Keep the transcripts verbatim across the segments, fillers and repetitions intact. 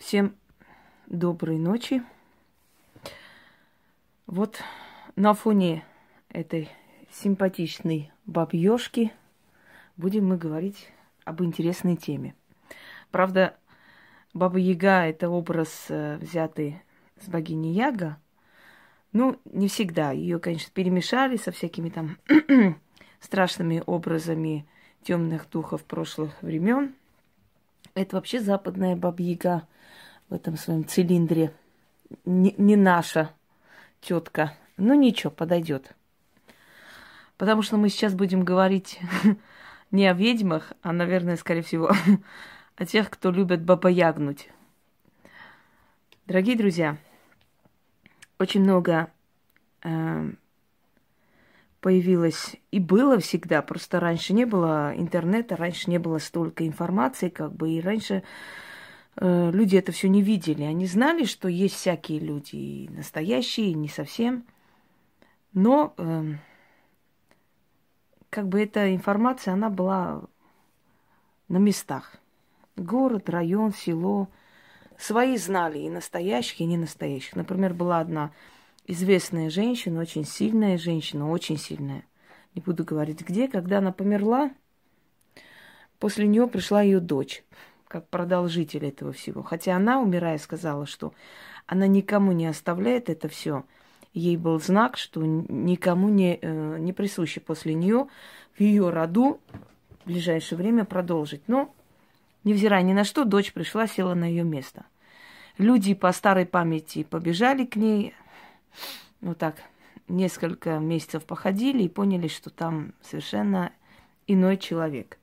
Всем доброй ночи. Вот на фоне этой симпатичной бабьёшки будем мы говорить об интересной теме. Правда, Баба Яга – это образ, э, взятый с богини Яга. Ну, не всегда. Ее, конечно, перемешали со всякими там страшными образами темных духов прошлых времен. Это вообще западная Баба Яга в этом своем цилиндре. Не, не наша тетка. Ну ничего, подойдет. Потому что мы сейчас будем говорить не о ведьмах, а, наверное, скорее всего, о тех, кто любит бабаягнуть. Дорогие друзья, очень много э, появилось и было всегда. Просто раньше не было интернета, раньше не было столько информации, как бы, и раньше э, люди это все не видели. Они знали, что есть всякие люди, и настоящие, и не совсем. Но э, как бы эта информация, она была на местах. Город, район, село. Свои знали и настоящих, и не настоящих. Например, была одна известная женщина, очень сильная женщина, очень сильная. Не буду говорить где. Когда она померла, после нее пришла ее дочь, как продолжитель этого всего. Хотя она, умирая, сказала, что она никому не оставляет это все. Ей был знак, что никому не, э, не присуще после нее в ее роду в ближайшее время продолжить. Но, невзирая ни на что, дочь пришла, села на ее место. Люди по старой памяти побежали к ней. Вот так, несколько месяцев походили и поняли, что там совершенно иной человек.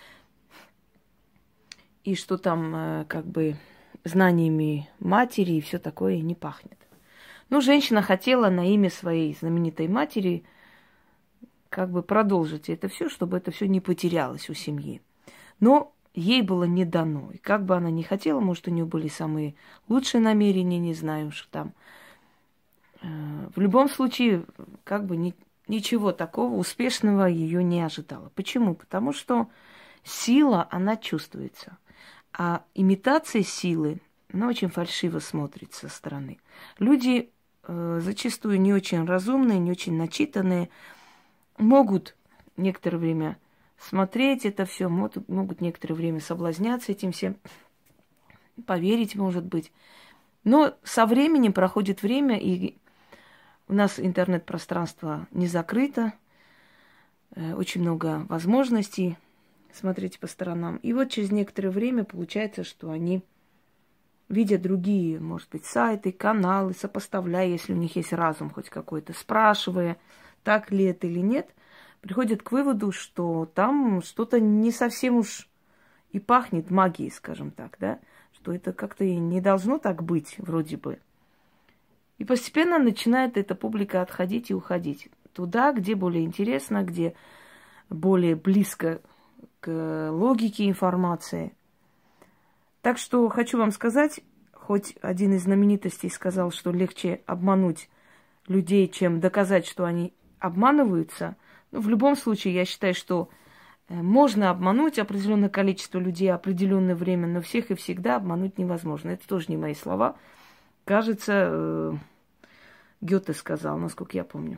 И что там э, как бы знаниями матери и все такое не пахнет. Ну, женщина хотела на имя своей знаменитой матери как бы продолжить это все, чтобы это все не потерялось у семьи. Но ей было не дано. И как бы она ни хотела, может, у нее были самые лучшие намерения, не знаю, что там. В любом случае, как бы ни, ничего такого успешного ее не ожидало. Почему? Потому что сила, она чувствуется. А имитация силы, она очень фальшиво смотрится со стороны. Люди э, зачастую не очень разумные, не очень начитанные, могут некоторое время смотреть это все, могут, могут некоторое время соблазняться этим всем, поверить, может быть. Но со временем проходит время, и у нас интернет-пространство не закрыто, очень много возможностей смотреть по сторонам. И вот через некоторое время получается, что они видят другие, может быть, сайты, каналы, сопоставляя, если у них есть разум хоть какой-то, спрашивая, так ли это или нет, приходят к выводу, что там что-то не совсем уж и пахнет магией, скажем так, да, что это как-то и не должно так быть, вроде бы. И постепенно начинает эта публика отходить и уходить туда, где более интересно, где более близко к логике информации. Так что хочу вам сказать, хоть один из знаменитостей сказал, что легче обмануть людей, чем доказать, что они обманываются, но в любом случае я считаю, что можно обмануть определенное количество людей определенное время, но всех и всегда обмануть невозможно. Это тоже не мои слова. Кажется, Гёте сказал, насколько я помню.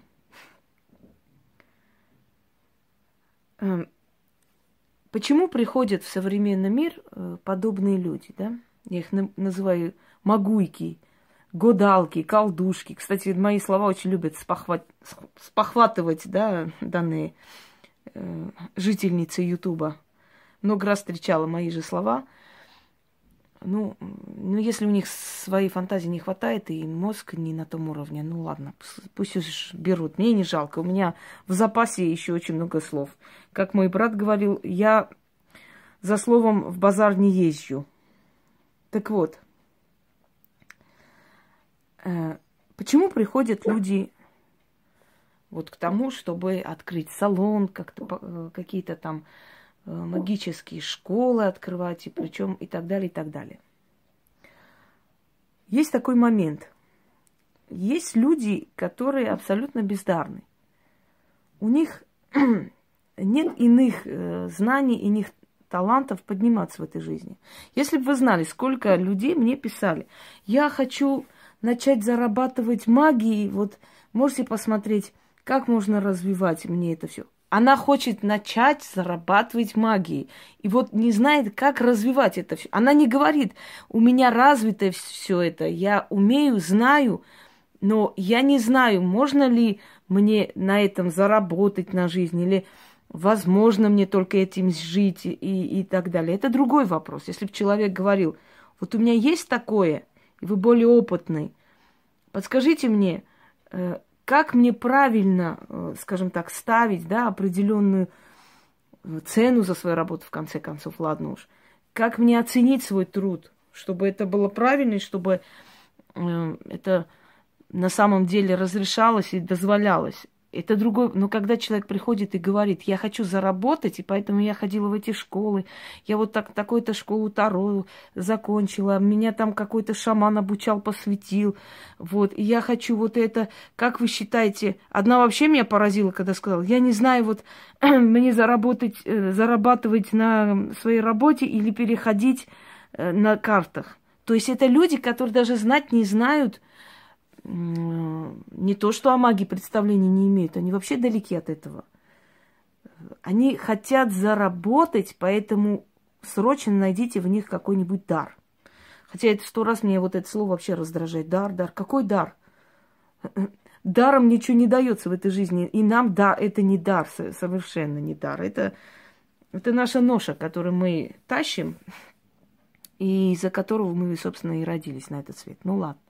Почему приходят в современный мир подобные люди, да? Я их называю магуйки, гадалки, колдушки. Кстати, мои слова очень любят спохват... спохватывать, да, данные э, жительницы Ютуба. Много раз встречала мои же слова. Ну, ну, если у них своей фантазии не хватает, и мозг не на том уровне, ну ладно, пусть уж берут. Мне не жалко. У меня в запасе еще очень много слов. Как мой брат говорил, я за словом в базар не езжу. Так вот, э, почему приходят люди вот к тому, чтобы открыть салон, как-то, какие-то там магические школы открывать, и причем и так далее, и так далее. Есть такой момент. Есть люди, которые абсолютно бездарны. У них нет иных э, знаний, иных талантов подниматься в этой жизни. Если бы вы знали, сколько людей мне писали, я хочу начать зарабатывать магией, вот можете посмотреть, как можно развивать мне это все. Она хочет начать зарабатывать магией. И вот не знает, как развивать это все. Она не говорит, у меня развито все это, я умею, знаю, но я не знаю, можно ли мне на этом заработать на жизнь, или возможно мне только этим жить и, и так далее. Это другой вопрос. Если бы человек говорил, вот у меня есть такое, и вы более опытный, подскажите мне, как мне правильно, скажем так, ставить, да, определенную цену за свою работу, в конце концов, ладно уж. Как мне оценить свой труд, чтобы это было правильно, и чтобы э, это на самом деле разрешалось и дозволялось. Это другой. Но когда человек приходит и говорит, я хочу заработать, и поэтому я ходила в эти школы, я вот так, такую-то школу Таро закончила, меня там какой-то шаман обучал, посвятил, вот, и я хочу вот это, как вы считаете, одна вообще меня поразила, когда сказала, я не знаю, вот, мне заработать, зарабатывать на своей работе или переходить на картах. То есть это люди, которые даже знать не знают, не то, что о магии представления не имеют, они вообще далеки от этого. Они хотят заработать, поэтому срочно найдите в них какой-нибудь дар. Хотя это сто раз мне вот это слово вообще раздражает. Дар, дар. Какой дар? Даром ничего не дается в этой жизни. И нам, да, это не дар, совершенно не дар. Это, это наша ноша, которую мы тащим, и из-за которого мы, собственно, и родились на этот свет. Ну ладно.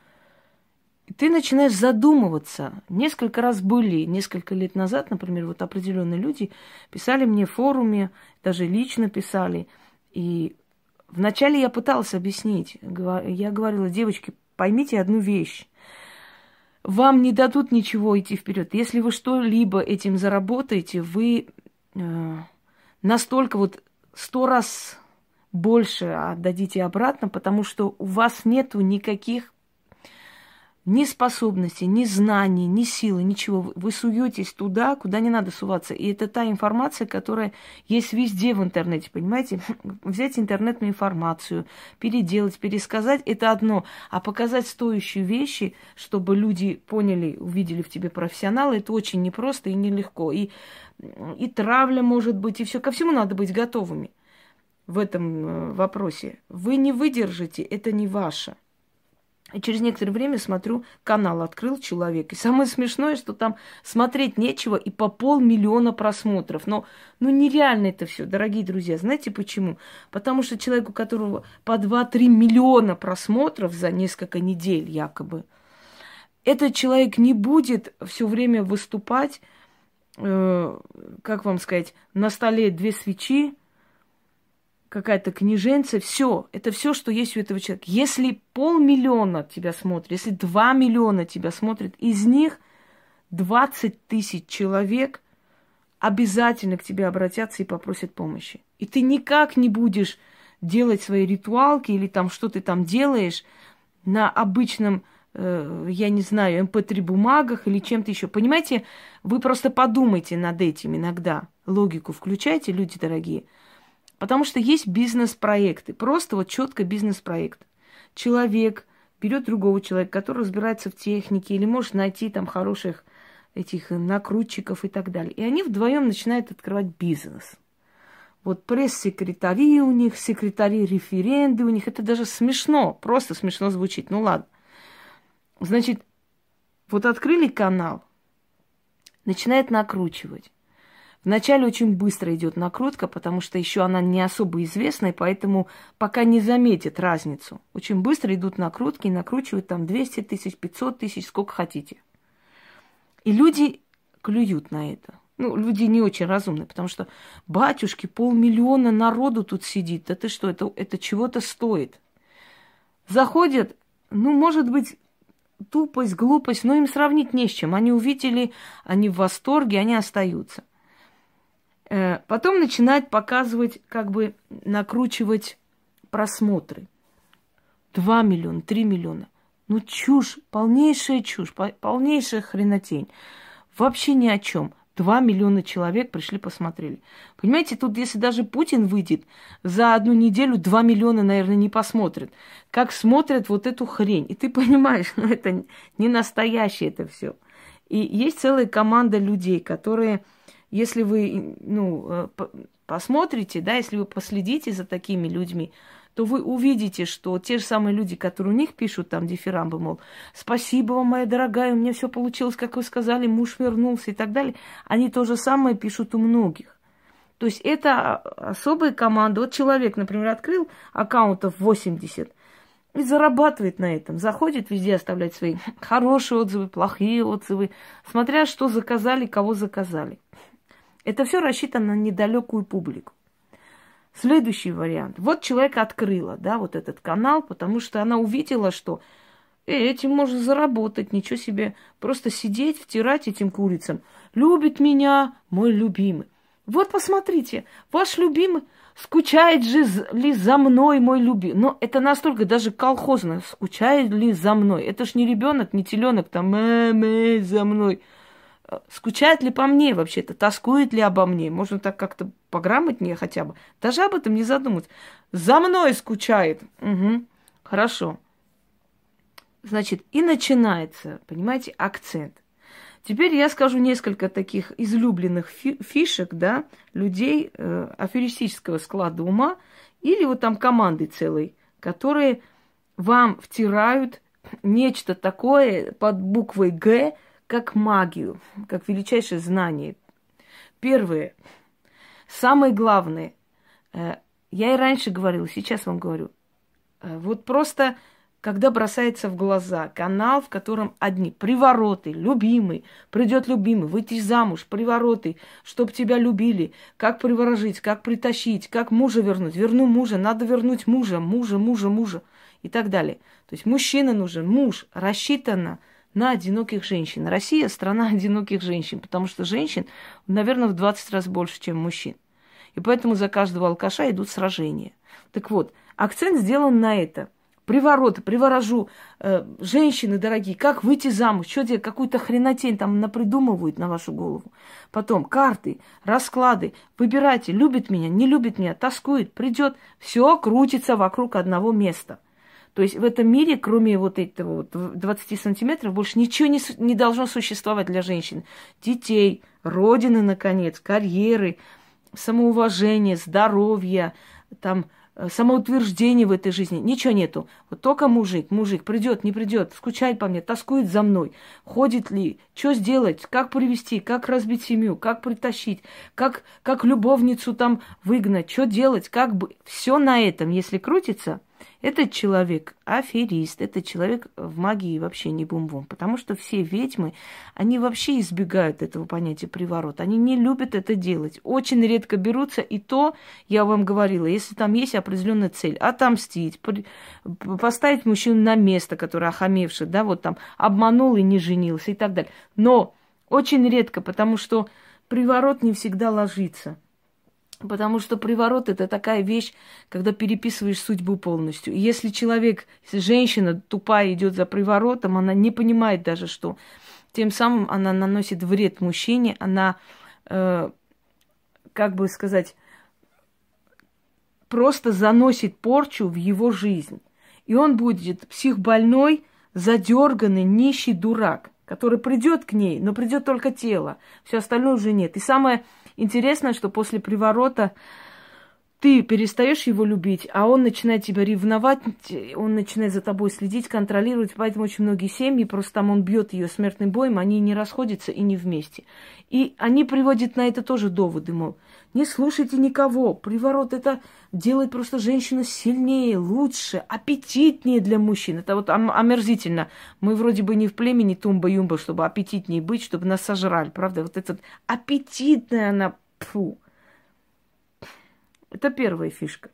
И ты начинаешь задумываться. Несколько раз были, несколько лет назад, например, вот определенные люди писали мне в форуме, даже лично писали. И вначале я пыталась объяснить. Я говорила, девочки, поймите одну вещь. Вам не дадут ничего идти вперед. Если вы что-либо этим заработаете, вы э, настолько вот сто раз больше отдадите обратно, потому что у вас нету никаких ни способностей, ни знаний, ни силы, ничего. Вы суетесь туда, куда не надо суваться. И это та информация, которая есть везде в интернете, понимаете? Взять интернетную информацию, переделать, пересказать – это одно. А показать стоящие вещи, чтобы люди поняли, увидели в тебе профессионала, это очень непросто и нелегко. И, и травля может быть, и все. Ко всему надо быть готовыми в этом вопросе. Вы не выдержите, это не ваше. И через некоторое время, смотрю, канал открыл человек. И самое смешное, что там смотреть нечего и по полмиллиона просмотров. Но ну, нереально это все, дорогие друзья. Знаете почему? Потому что человек, у которого по два-три миллиона просмотров за несколько недель якобы, этот человек не будет все время выступать, э, как вам сказать, на столе две свечи, какая-то книженция, все, это все, что есть у этого человека. Если полмиллиона тебя смотрит, если два миллиона тебя смотрит, из них двадцать тысяч человек обязательно к тебе обратятся и попросят помощи. И ты никак не будешь делать свои ритуалки или там что ты там делаешь на обычном, э, я не знаю, эм пэ три бумагах или чем-то еще. Понимаете, вы просто подумайте над этим иногда, логику включайте, люди дорогие. Потому что есть бизнес-проекты, просто вот четко бизнес-проект. Человек берет другого человека, который разбирается в технике или может найти там хороших этих накрутчиков и так далее. И они вдвоем начинают открывать бизнес. Вот пресс-секретари у них, секретари-референды у них. Это даже смешно, просто смешно звучит. Ну ладно. Значит, вот открыли канал, начинает накручивать. Вначале очень быстро идет накрутка, потому что еще она не особо известная, поэтому пока не заметит разницу. Очень быстро идут накрутки и накручивают там двести тысяч, пятьсот тысяч, сколько хотите. И люди клюют на это. Ну, люди не очень разумные, потому что, батюшки, полмиллиона народу тут сидит. Да ты что, это, это чего-то стоит. Заходят, ну, может быть, тупость, глупость, но им сравнить не с чем. Они увидели, они в восторге, они остаются. Потом начинает показывать, как бы накручивать просмотры. Два миллиона, три миллиона. Ну, чушь, полнейшая чушь, полнейшая хренотень. Вообще ни о чем. Два миллиона человек пришли, посмотрели. Понимаете, тут если даже Путин выйдет, за одну неделю два миллиона, наверное, не посмотрят. Как смотрят вот эту хрень. И ты понимаешь, ну это не настоящее это все. И есть целая команда людей, которые, если вы ну, посмотрите, да, если вы последите за такими людьми, то вы увидите, что те же самые люди, которые у них пишут там дифирамбы, мол, спасибо вам, моя дорогая, у меня все получилось, как вы сказали, муж вернулся и так далее, они то же самое пишут у многих. То есть это особая команда. Вот человек, например, открыл аккаунтов восемьдесят и зарабатывает на этом. Заходит везде оставлять свои хорошие отзывы, плохие отзывы, смотря что заказали, кого заказали. Это все рассчитано на недалекую публику. Следующий вариант. Вот человек открыла, да, вот этот канал, потому что она увидела, что э, этим можно заработать, ничего себе. Просто сидеть, втирать этим курицам. Любит меня мой любимый. Вот посмотрите, ваш любимый скучает же ли за мной мой любимый. Но это настолько даже колхозно. Скучает ли за мной? Это ж не ребенок, не теленок, там, мэ-мэ, за мной. Скучает ли по мне вообще-то? Тоскует ли обо мне? Можно так как-то пограмотнее хотя бы. Даже об этом не задумываться. За мной скучает. Угу. Хорошо. Значит, и начинается, понимаете, акцент. Теперь я скажу несколько таких излюбленных фи- фишек, да, людей э, аферистического склада ума или вот там команды целой, которые вам втирают нечто такое под буквой «Г», как магию, как величайшее знание. Первое, самое главное, э, я и раньше говорила, сейчас вам говорю, э, вот просто, когда бросается в глаза канал, в котором одни привороты, любимый, придет любимый, выйти замуж, привороты, чтоб тебя любили, как приворожить, как притащить, как мужа вернуть, верну мужа, надо вернуть мужа, мужа, мужа, мужа и так далее. То есть мужчина нужен, муж, рассчитано на одиноких женщин. Россия – страна одиноких женщин, потому что женщин, наверное, в двадцать раз больше, чем мужчин. И поэтому за каждого алкаша идут сражения. Так вот, акцент сделан на это. Привороты, приворожу. Э, женщины дорогие, как выйти замуж? Что делать? Какую-то хренотень там напридумывают на вашу голову. Потом карты, расклады. Выбирайте, любит меня, не любит меня, тоскует, придет. Все крутится вокруг одного места. То есть в этом мире, кроме вот этого вот двадцати сантиметров, больше ничего не, не должно существовать для женщин. Детей, родины, наконец, карьеры, самоуважение, здоровье, там, самоутверждение в этой жизни. Ничего нету. Вот только мужик, мужик придет, не придет, скучает по мне, тоскует за мной. Ходит ли, что сделать, как привести, как разбить семью, как притащить, как, как любовницу там выгнать, что делать, как бы. Все на этом, если крутится, этот человек аферист, этот человек в магии вообще не бум-бум. Потому что все ведьмы, они вообще избегают этого понятия приворот. Они не любят это делать. Очень редко берутся. И то, я вам говорила, если там есть определенная цель, отомстить, поставить мужчину на место, который охамевший, да, вот там обманул и не женился и так далее. Но очень редко, потому что приворот не всегда ложится. Потому что приворот – это такая вещь, когда переписываешь судьбу полностью. И если человек, если женщина тупая идет за приворотом, она не понимает даже, что тем самым она наносит вред мужчине, она, э, как бы сказать, просто заносит порчу в его жизнь. И он будет психбольной, задерганный, нищий дурак, который придет к ней, но придет только тело, все остальное уже нет. И самое интересно, что после приворота ты перестаешь его любить, а он начинает тебя ревновать, он начинает за тобой следить, контролировать. Поэтому очень многие семьи, просто там он бьет ее смертным боем, они не расходятся и не вместе. И они приводят на это тоже доводы, мол, не слушайте никого, приворот это делает просто женщину сильнее, лучше, аппетитнее для мужчин. Это вот омерзительно. Мы вроде бы не в племени Тумба-Юмба, чтобы аппетитнее быть, чтобы нас сожрали, правда? Вот это аппетитная она, фу. Это первая фишка.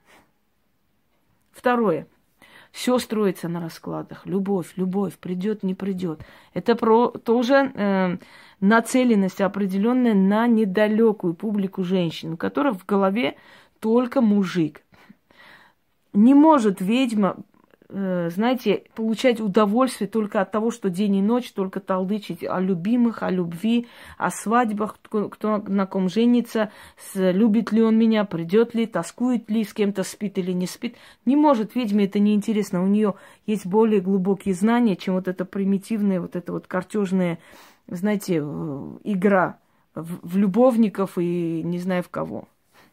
Второе. Все строится на раскладах. Любовь, любовь, придет, не придет. Это про, тоже э, нацеленность определенная на недалекую публику женщин, у которых в голове только мужик. Не может ведьма знаете, получать удовольствие только от того, что день и ночь только толдычить о любимых, о любви, о свадьбах, кто, кто на ком женится, с, любит ли он меня, придет ли, тоскует ли, с кем-то спит или не спит. Не может, ведьме это неинтересно. У нее есть более глубокие знания, чем вот эта примитивная, вот эта вот картежная, знаете, игра в, в любовников и не знаю в кого.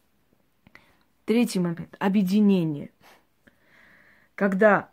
Третий момент. Объединение. Когда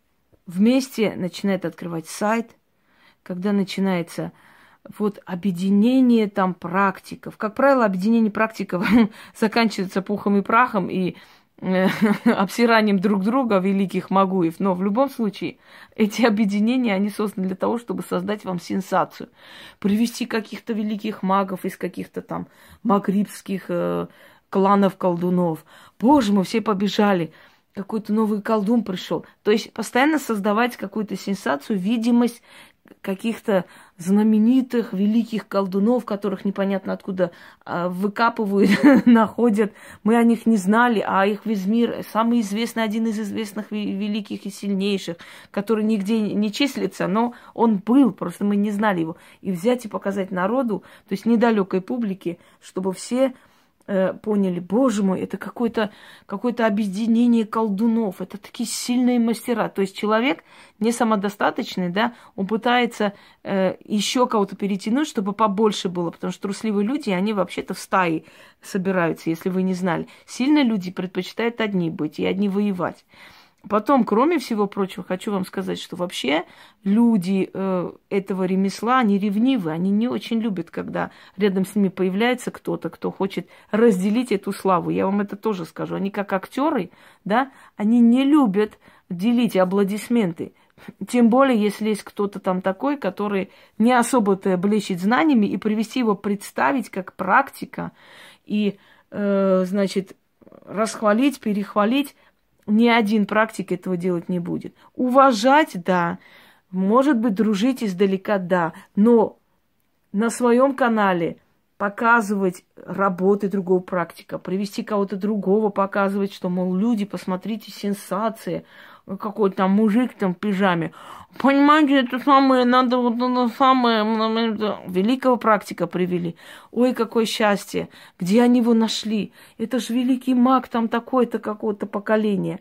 вместе начинает открывать сайт, когда начинается вот объединение там практиков. Как правило, объединение практиков заканчивается пухом и прахом и э, обсиранием друг друга великих магуев. Но в любом случае эти объединения, они созданы для того, чтобы создать вам сенсацию. Привести каких-то великих магов из каких-то там магрибских э, кланов колдунов. Боже мой, все побежали. Какой-то новый колдун пришел. То есть постоянно создавать какую-то сенсацию, видимость каких-то знаменитых, великих колдунов, которых непонятно откуда выкапывают, находят. Мы о них не знали, а их весь мир, самый известный, один из известных великих и сильнейших, который нигде не числится, но он был, просто мы не знали его. И взять и показать народу, то есть недалекой публике, чтобы все поняли, боже мой, это какое-то какое-то объединение колдунов, это такие сильные мастера. То есть человек не самодостаточный, да, он пытается э, еще кого-то перетянуть, чтобы побольше было, потому что трусливые люди, они вообще-то в стае собираются, если вы не знали. Сильные люди предпочитают одни быть и одни воевать. Потом, кроме всего прочего, хочу вам сказать, что вообще люди э, этого ремесла, они ревнивы, они не очень любят, когда рядом с ними появляется кто-то, кто хочет разделить эту славу. Я вам это тоже скажу. Они как актеры, да, они не любят делить аплодисменты. Тем более, если есть кто-то там такой, который не особо-то блещет знаниями, и привести его представить как практика, и, э, значит, расхвалить, перехвалить. Ни один практик этого делать не будет. Уважать, да. Может быть, дружить издалека, да. Но на своем канале показывать работы другого практика, привести кого-то другого, показывать, что, мол, люди, посмотрите, сенсация. Какой-то там мужик там в пижаме. Понимаете, это самое, надо вот это самое, великого практика привели. Ой, какое счастье, где они его нашли? Это же великий маг там такой-то, какого-то поколения.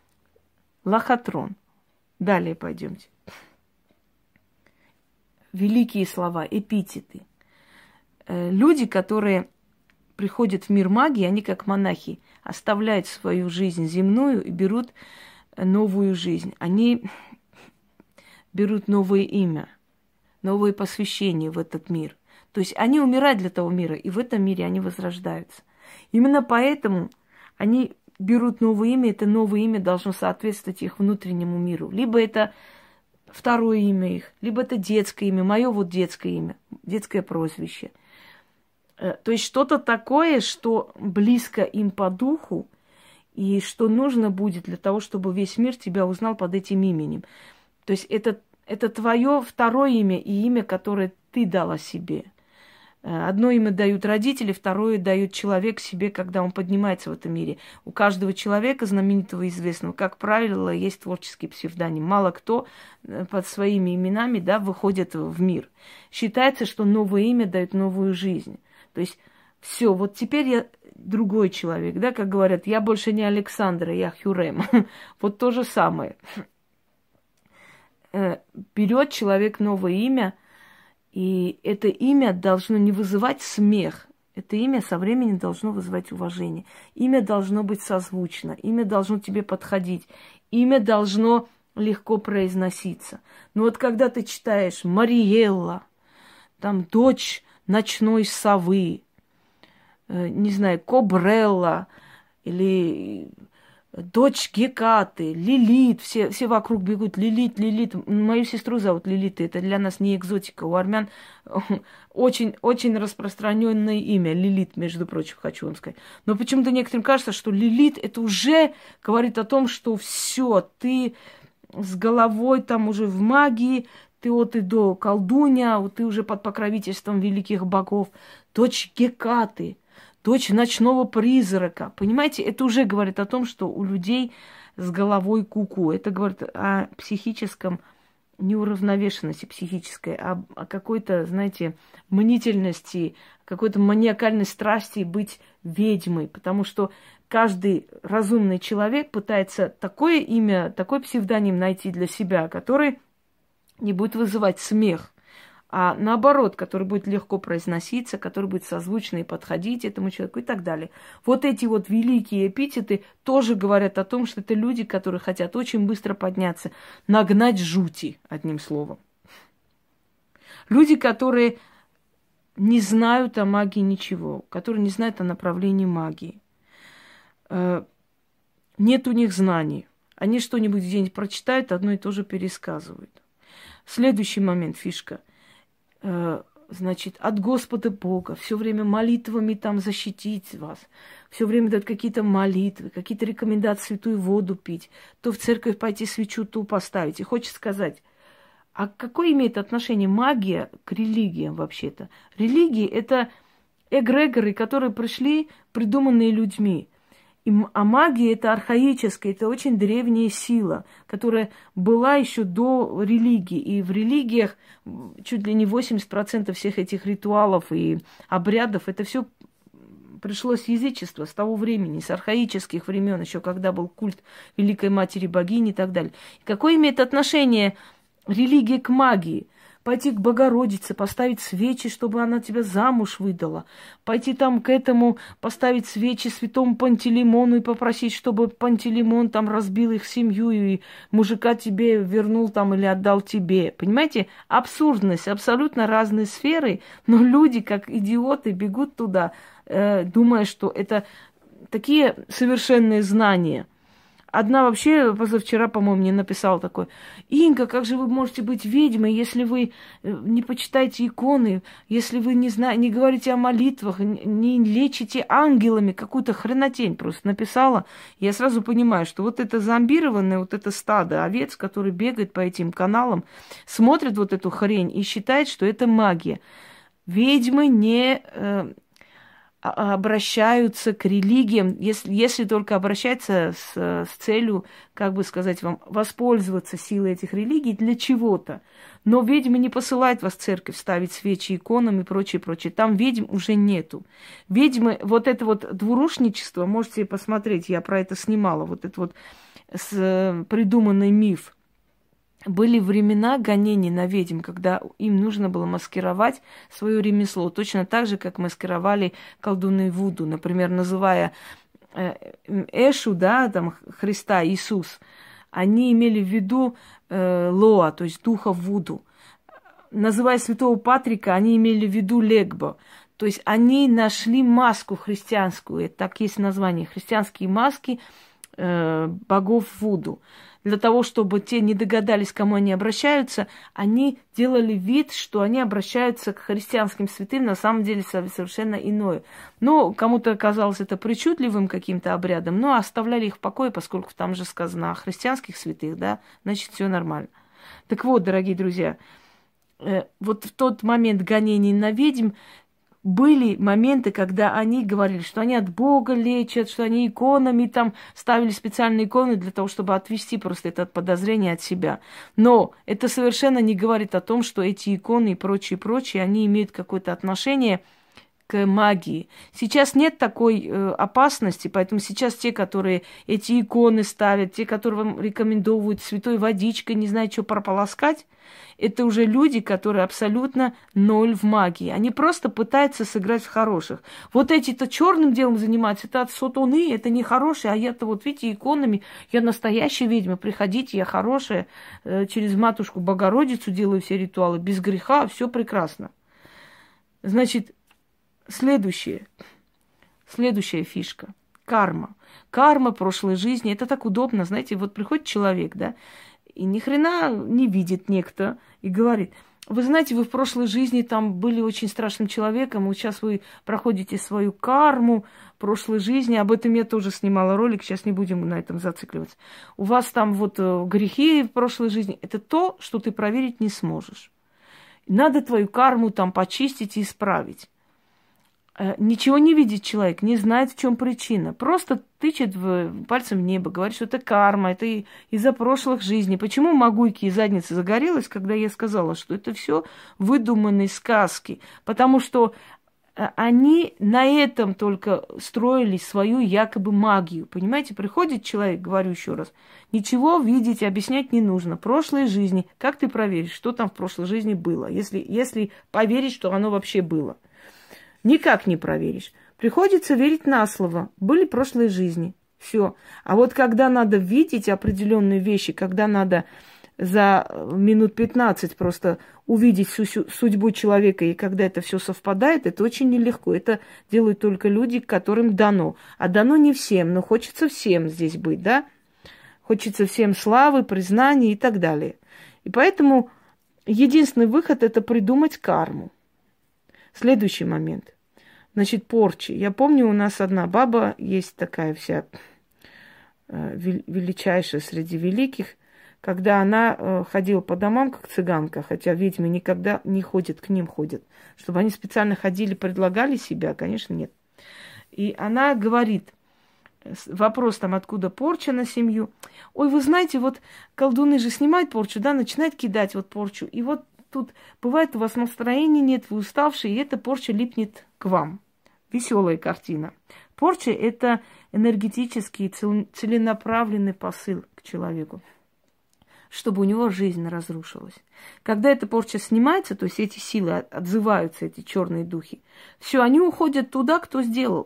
Лохотрон. Далее пойдемте. Великие слова, эпитеты. Люди, которые приходят в мир магии, они как монахи, оставляют свою жизнь земную и берут новую жизнь. Они берут новое имя, новое посвящение в этот мир. То есть они умирают для того мира, и в этом мире они возрождаются. Именно поэтому они берут новое имя, это новое имя должно соответствовать их внутреннему миру. Либо это второе имя их, либо это детское имя, мое вот детское имя, детское прозвище. То есть что-то такое, что близко им по духу, и что нужно будет для того, чтобы весь мир тебя узнал под этим именем. То есть это, это твое второе имя и имя, которое ты дала себе. Одно имя дают родители, второе дают человек себе, когда он поднимается в этом мире. У каждого человека, знаменитого и известного, как правило, есть творческий псевдоним. Мало кто под своими именами, да, выходит в мир. Считается, что новое имя дает новую жизнь. То есть все, вот теперь я другой человек, да, как говорят, я больше не Александра, я Хюррем. Вот то же самое. Берет человек новое имя, и это имя должно не вызывать смех. Это имя со временем должно вызывать уважение. Имя должно быть созвучно, имя должно тебе подходить, имя должно легко произноситься. Но вот когда ты читаешь Мариэлла, там дочь ночной совы, не знаю, Кобрелла или дочь Гекаты, Лилит, все, все вокруг бегут, Лилит, Лилит. Мою сестру зовут Лилит, это для нас не экзотика. У армян очень, очень распространенное имя, Лилит, между прочим, хочу вам сказать. Но почему-то некоторым кажется, что Лилит это уже говорит о том, что все, ты с головой там уже в магии, ты от и до колдунья, вот ты уже под покровительством великих богов, дочь Гекаты, дочь ночного призрака. Понимаете, это уже говорит о том, что у людей с головой куку. Это говорит о психическом неуравновешенности психической, о, о какой-то, знаете, мнительности, какой-то маниакальной страсти быть ведьмой. Потому что каждый разумный человек пытается такое имя, такой псевдоним найти для себя, который не будет вызывать смех, а наоборот, который будет легко произноситься, который будет созвучно и подходить этому человеку и так далее. Вот эти вот великие эпитеты тоже говорят о том, что это люди, которые хотят очень быстро подняться, нагнать жути, одним словом. Люди, которые не знают о магии ничего, которые не знают о направлении магии. Нет у них знаний. Они что-нибудь где-нибудь прочитают, одно и то же пересказывают. Следующий момент, фишка. Значит, от Господа Бога, все время молитвами там защитить вас, все время дают какие-то молитвы, какие-то рекомендации святую воду пить, то в церковь пойти свечу ту поставить. И хочет сказать, а какое имеет отношение магия к религиям вообще-то? Религии – это эгрегоры, которые пришли, придуманные людьми. И, а магия – это архаическая, это очень древняя сила, которая была еще до религии. И в религиях чуть ли не восемьдесят процентов всех этих ритуалов и обрядов, это все пришло с язычества, с того времени, с архаических времен, еще когда был культ Великой Матери Богини и так далее. И какое имеет отношение религия к магии? Пойти к Богородице, поставить свечи, чтобы она тебя замуж выдала. Пойти там к этому, поставить свечи святому Пантелеймону и попросить, чтобы Пантелеймон там разбил их семью и мужика тебе вернул там или отдал тебе. Понимаете? Абсурдность, абсолютно разные сферы, но люди, как идиоты, бегут туда, э, думая, что это такие совершенные знания. Одна вообще позавчера, по-моему, мне написала такое: Инга, как же вы можете быть ведьмой, если вы не почитаете иконы, если вы не, зна... не говорите о молитвах, не лечите ангелами, какую-то хренотень просто написала. Я сразу понимаю, что вот это зомбированное, вот это стадо овец, которые бегают по этим каналам, смотрят вот эту хрень и считают, что это магия. Ведьмы не... обращаются к религиям, если, если только обращаются с, с целью, как бы сказать вам, воспользоваться силой этих религий для чего-то. Но ведьмы не посылают вас в церковь ставить свечи иконам и прочее, прочее. Там ведьм уже нету. Ведьмы, вот это вот двурушничество, можете посмотреть, я про это снимала, вот это вот с, придуманный миф. Были времена гонений на ведьм, когда им нужно было маскировать свое ремесло. Точно так же, как маскировали колдуны Вуду. Например, называя Эшу, да, там, Христа, Иисус, они имели в виду э, Лоа, то есть духа Вуду. Называя святого Патрика, они имели в виду Легбо. То есть они нашли маску христианскую. Это так есть название. Христианские маски э, богов Вуду. Для того, чтобы те не догадались, к кому они обращаются, они делали вид, что они обращаются к христианским святым, на самом деле совершенно иное. Но кому-то казалось это причудливым каким-то обрядом, но оставляли их в покое, поскольку там же сказано о христианских святых, да, значит, все нормально. Так вот, дорогие друзья, вот в тот момент гонений на ведьм были моменты, когда они говорили, что они от Бога лечат, что они иконами там ставили специальные иконы для того, чтобы отвести просто это подозрение от себя. Но это совершенно не говорит о том, что эти иконы и прочее, прочее, они имеют какое-то отношение к магии. Сейчас нет такой э, опасности, поэтому сейчас те, которые эти иконы ставят, те, которые вам рекомендуют святой водичкой, не знаю, что прополоскать, это уже люди, которые абсолютно ноль в магии. Они просто пытаются сыграть в хороших. Вот эти-то черным делом занимаются, это от сатаны, это не хорошие, а я-то вот, видите, иконами, я настоящая ведьма, приходите, я хорошая, э, через матушку Богородицу делаю все ритуалы, без греха, все прекрасно. Значит, следующее, следующая фишка. Карма. Карма прошлой жизни. Это так удобно, знаете, вот приходит человек, да, и ни хрена не видит некто и говорит: вы знаете, вы в прошлой жизни там были очень страшным человеком, вот сейчас вы проходите свою карму прошлой жизни, об этом я тоже снимала ролик, сейчас не будем на этом зацикливаться. У вас там вот грехи в прошлой жизни. Это то, что ты проверить не сможешь. Надо твою карму там почистить и исправить. Ничего не видит человек, не знает, в чем причина. Просто тычет в, пальцем в небо, говорит, что это карма, это из-за прошлых жизней. Почему Магуйки и задница загорелась, когда я сказала, что это все выдуманные сказки? Потому что они на этом только строили свою якобы магию. Понимаете, приходит человек, говорю еще раз, ничего видеть, объяснять не нужно. Прошлой жизни, как ты проверишь, что там в прошлой жизни было, если, если поверить, что оно вообще было? Никак не проверишь. Приходится верить на слово. Были прошлые жизни. Все. А вот когда надо видеть определенные вещи, когда надо за минут пятнадцать просто увидеть всю судьбу человека, и когда это все совпадает, это очень нелегко. Это делают только люди, которым дано. А дано не всем, но хочется всем здесь быть, да? Хочется всем славы, признания и так далее. И поэтому единственный выход – это придумать карму. Следующий момент. Значит, порчи. Я помню, у нас одна баба, есть такая вся э, величайшая среди великих, когда она э, ходила по домам, как цыганка, хотя ведьмы никогда не ходят, к ним ходят. Чтобы они специально ходили, предлагали себя, конечно, нет. И она говорит, вопрос там, откуда порча на семью. Ой, вы знаете, вот колдуны же снимают порчу, да, начинают кидать вот порчу. И вот тут бывает, у вас настроения нет, вы уставшие, и эта порча липнет к вам. Веселая картина. Порча – это энергетический, целенаправленный посыл к человеку, чтобы у него жизнь разрушилась. Когда эта порча снимается, то есть эти силы отзываются, эти черные духи, все, они уходят туда, кто сделал.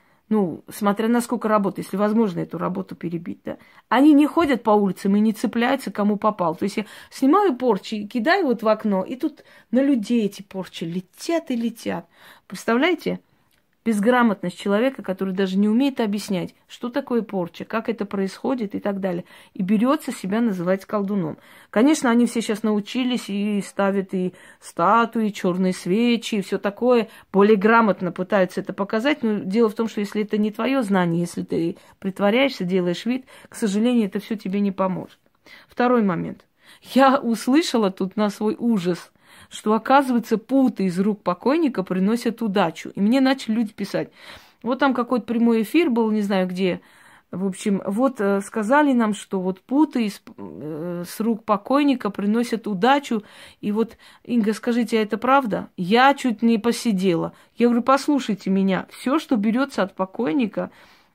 Ну, смотря на сколько работы, если возможно эту работу перебить, да. Они не ходят по улицам и не цепляются, кому попал. То есть я снимаю порчи и кидаю вот в окно, и тут на людей эти порчи летят и летят. Представляете? Безграмотность человека, который даже не умеет объяснять, что такое порча, как это происходит и так далее. И берется себя называть колдуном. Конечно, они все сейчас научились и ставят и статуи, черные свечи, и все такое. Более грамотно пытаются это показать. Но дело в том, что если это не твое знание, если ты притворяешься, делаешь вид, к сожалению, это все тебе не поможет. Второй момент. Я услышала тут на свой ужас, что, оказывается, путы из рук покойника приносят удачу. И мне начали люди писать. Вот там какой-то прямой эфир был, не знаю где. В общем, вот э, сказали нам, что вот путы из, э, с рук покойника приносят удачу. И вот, Инга, скажите, а это правда? Я чуть не посидела. Я говорю, послушайте меня. Все, что берется от покойника,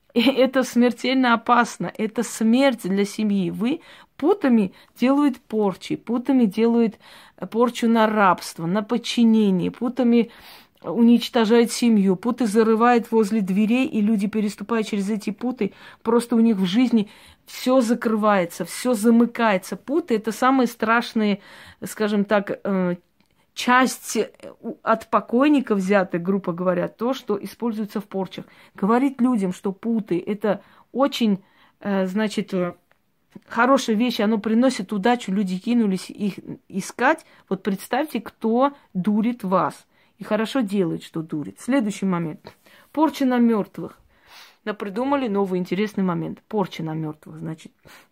это смертельно опасно. Это смерть для семьи. Вы путами делают порчи, путами делают порчу на рабство, на подчинение, путами уничтожают семью, путы зарывают возле дверей, и люди, переступая через эти путы, просто у них в жизни все закрывается, все замыкается. Путы – это самые страшные, скажем так, часть от покойника взятая, грубо говоря, то, что используется в порчах. Говорить людям, что путы – это очень, значит, хорошая вещь, оно приносит удачу, люди кинулись их искать. Вот представьте, кто дурит вас. И хорошо делает, что дурит. Следующий момент. Порча на мертвых. Да, придумали новый интересный момент. Порча на мертвых, значит.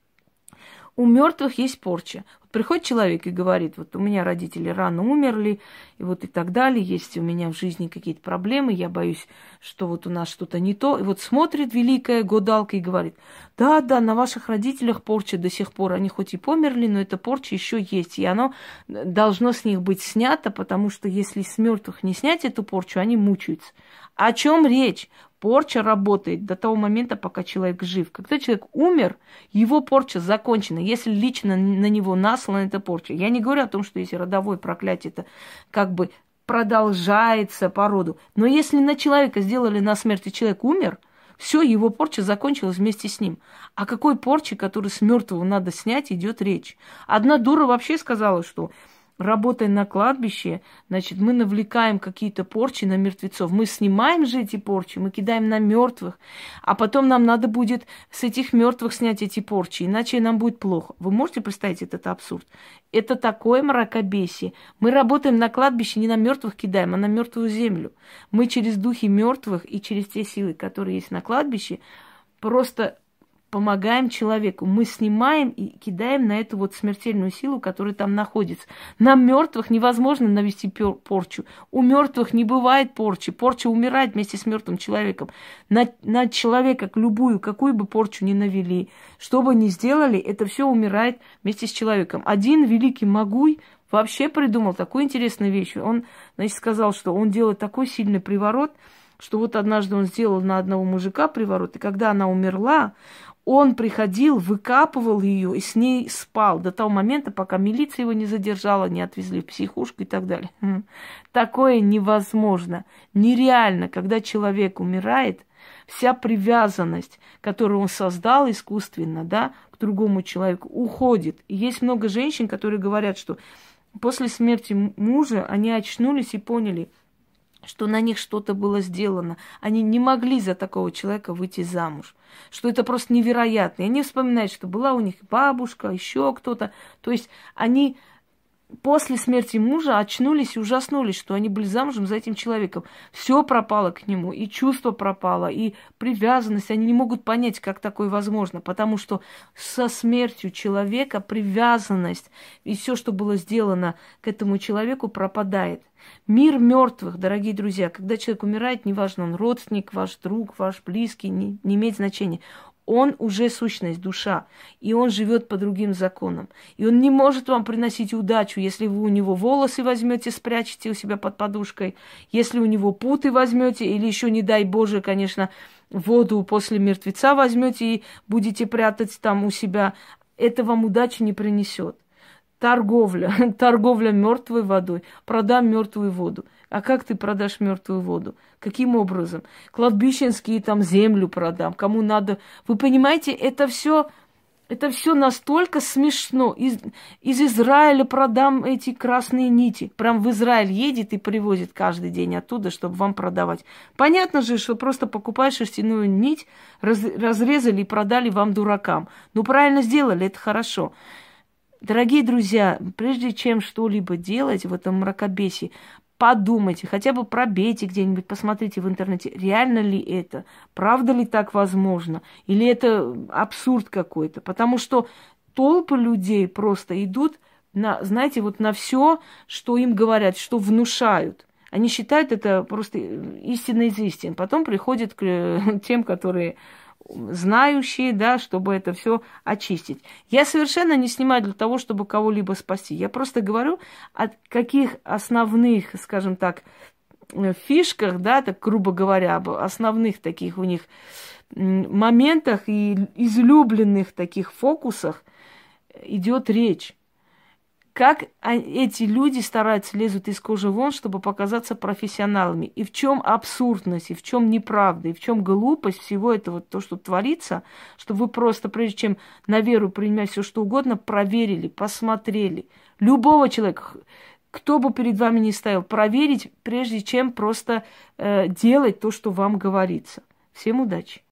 У мертвых есть порча. Вот приходит человек и говорит, вот у меня родители рано умерли, и вот и так далее, есть у меня в жизни какие-то проблемы, я боюсь, что вот у нас что-то не то. И вот смотрит великая гадалка и говорит, да, да, на ваших родителях порча до сих пор, они хоть и померли, но эта порча еще есть, и оно должно с них быть снято, потому что если с мертвых не снять эту порчу, они мучаются. О чем речь? Порча работает до того момента, пока человек жив. Когда человек умер, его порча закончена. Если лично на него наслана эта порча. Я не говорю о том, что если родовое проклятие, это как бы продолжается по роду. Но если на человека сделали на смерть, и человек умер, все, его порча закончилась вместе с ним. О какой порче, которую с мертвого надо снять, идет речь? Одна дура вообще сказала, что работая на кладбище, значит, мы навлекаем какие-то порчи на мертвецов. Мы снимаем же эти порчи, мы кидаем на мертвых, а потом нам надо будет с этих мертвых снять эти порчи, иначе нам будет плохо. Вы можете представить этот абсурд? Это такое мракобесие. Мы работаем на кладбище, не на мертвых кидаем, а на мертвую землю. Мы через духи мертвых и через те силы, которые есть на кладбище, просто помогаем человеку. Мы снимаем и кидаем на эту вот смертельную силу, которая там находится. На мертвых невозможно навести порчу. У мертвых не бывает порчи. Порча умирает вместе с мертвым человеком. На, на человека любую, какую бы порчу ни навели, что бы ни сделали, это все умирает вместе с человеком. Один великий Магуй вообще придумал такую интересную вещь. Он, значит, сказал, что он делает такой сильный приворот, что вот однажды он сделал на одного мужика приворот, и когда она умерла, он приходил, выкапывал ее и с ней спал до того момента, пока милиция его не задержала, не отвезли в психушку и так далее. Такое невозможно, нереально, когда человек умирает, вся привязанность, которую он создал искусственно, да, к другому человеку, уходит. И есть много женщин, которые говорят, что после смерти мужа они очнулись и поняли, что на них что-то было сделано. Они не могли за такого человека выйти замуж. Что это просто невероятно. И они вспоминают, что была у них бабушка, еще кто-то. То есть они после смерти мужа очнулись и ужаснулись, что они были замужем за этим человеком. Все пропало к нему, и чувство пропало, и привязанность. Они не могут понять, как такое возможно, потому что со смертью человека привязанность и все, что было сделано к этому человеку, пропадает. Мир мертвых, дорогие друзья, когда человек умирает, неважно, он родственник, ваш друг, ваш близкий, не, не имеет значения. Он уже сущность, душа, и он живет по другим законам. И он не может вам приносить удачу, если вы у него волосы возьмете, спрячете у себя под подушкой, если у него путы возьмете, или еще, не дай Боже, конечно, воду после мертвеца возьмете и будете прятать там у себя. Это вам удачи не принесет. Торговля, торговля мертвой водой. Продам мертвую воду. А как ты продашь мертвую воду? Каким образом? Кладбищенские там землю продам. Кому надо? Вы понимаете, это все, это все настолько смешно. Из, из Израиля продам эти красные нити. Прям в Израиль едет и привозит каждый день оттуда, чтобы вам продавать. Понятно же, что просто покупаешь шерстяную нить, раз, разрезали и продали вам дуракам. Ну, правильно сделали, это хорошо. Дорогие друзья, прежде чем что-либо делать в этом мракобесии, подумайте, хотя бы пробейте где-нибудь, посмотрите в интернете, реально ли это, правда ли так возможно, или это абсурд какой-то. Потому что толпы людей просто идут на, знаете, вот на все, что им говорят, что внушают. Они считают это просто истинной из истин. Потом приходят к тем, которые знающие, да, чтобы это все очистить. Я совершенно не снимаю для того, чтобы кого-либо спасти. Я просто говорю о каких основных, скажем так, фишках, да, так грубо говоря, об основных таких у них моментах и излюбленных таких фокусах идет речь. Как эти люди стараются, лезут из кожи вон, чтобы показаться профессионалами. И в чем абсурдность, и в чем неправда, и в чем глупость всего этого, то, что творится, чтобы вы просто, прежде чем на веру принимать все что угодно, проверили, посмотрели. Любого человека, кто бы перед вами ни стоял, проверить, прежде чем просто э, делать то, что вам говорится. Всем удачи!